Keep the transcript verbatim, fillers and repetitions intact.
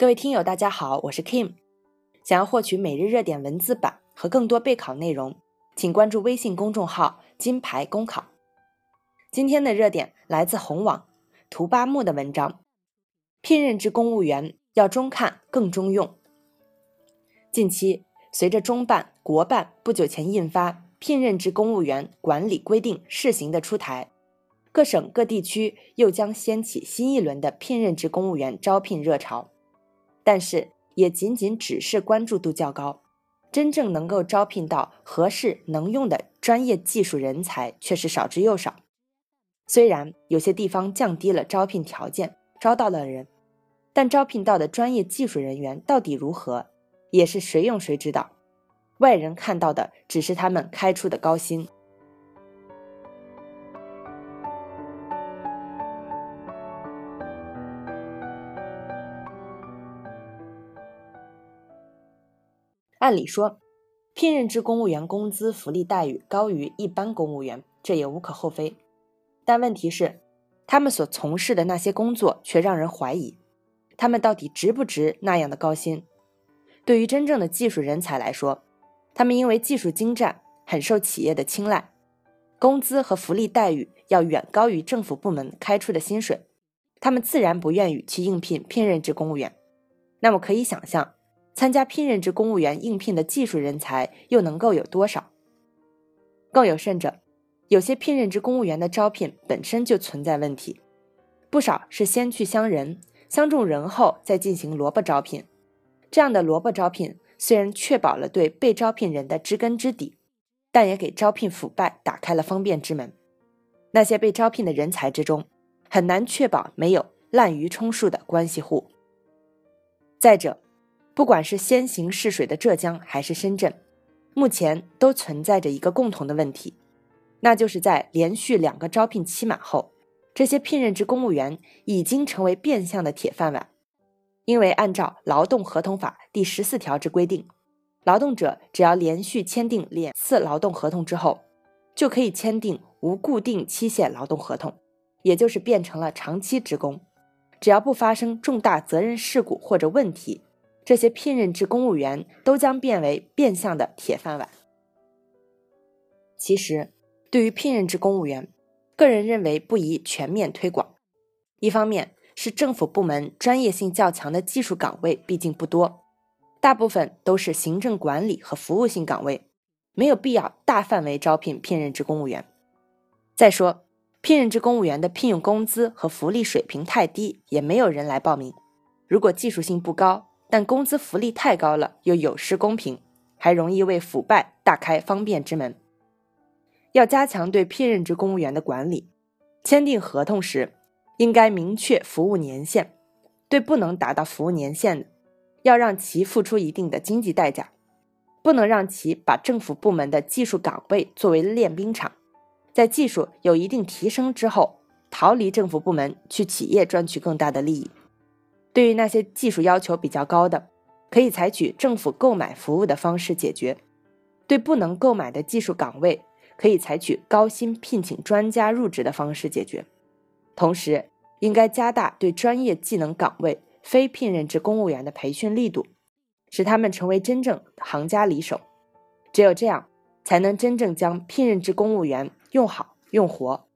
各位听友大家好，我是 Kim。 想要获取每日热点文字版和更多备考内容，请关注微信公众号金牌公考。今天的热点来自红网图八木的文章，聘任制公务员要中看更中用。近期随着中办、国办不久前印发聘任制公务员管理规定试行的出台，各省各地区又将掀起新一轮的聘任制公务员招聘热潮，但是也仅仅只是关注度较高，真正能够招聘到合适能用的专业技术人才却是少之又少。虽然有些地方降低了招聘条件，招到了人，但招聘到的专业技术人员到底如何，也是谁用谁知道，外人看到的只是他们开出的高薪。按理说，聘任制公务员工资福利待遇高于一般公务员，这也无可厚非。但问题是，他们所从事的那些工作却让人怀疑，他们到底值不值那样的高薪？对于真正的技术人才来说，他们因为技术精湛，很受企业的青睐，工资和福利待遇要远高于政府部门开出的薪水，他们自然不愿意去应聘聘任制公务员。那么可以想象，参加聘任制公务员应聘的技术人才又能够有多少？更有甚者，有些聘任制公务员的招聘本身就存在问题，不少是先去相人，相中人后再进行萝卜招聘。这样的萝卜招聘虽然确保了对被招聘人的知根知底，但也给招聘腐败打开了方便之门。那些被招聘的人才之中，很难确保没有滥竽充数的关系户。再者，不管是先行试水的浙江还是深圳，目前都存在着一个共同的问题，那就是在连续两个招聘期满后，这些聘任制公务员已经成为变相的铁饭碗。因为按照劳动合同法第十四条之规定，劳动者只要连续签订两次劳动合同之后，就可以签订无固定期限劳动合同，也就是变成了长期职工。只要不发生重大责任事故或者问题，这些聘任制公务员都将变为变相的铁饭碗。其实，对于聘任制公务员，个人认为不宜全面推广。一方面是政府部门专业性较强的技术岗位毕竟不多，大部分都是行政管理和服务性岗位，没有必要大范围招聘聘任制公务员。再说，聘任制公务员的聘用工资和福利水平太低，也没有人来报名。如果技术性不高，但工资福利太高了，又有失公平，还容易为腐败大开方便之门。要加强对聘任制公务员的管理，签订合同时应该明确服务年限，对不能达到服务年限的，要让其付出一定的经济代价，不能让其把政府部门的技术岗位作为练兵场，在技术有一定提升之后，逃离政府部门去企业赚取更大的利益。对于那些技术要求比较高的，可以采取政府购买服务的方式解决；对不能购买的技术岗位，可以采取高薪聘请专家入职的方式解决。同时，应该加大对专业技能岗位非聘任制公务员的培训力度，使他们成为真正行家里手。只有这样，才能真正将聘任制公务员用好用活。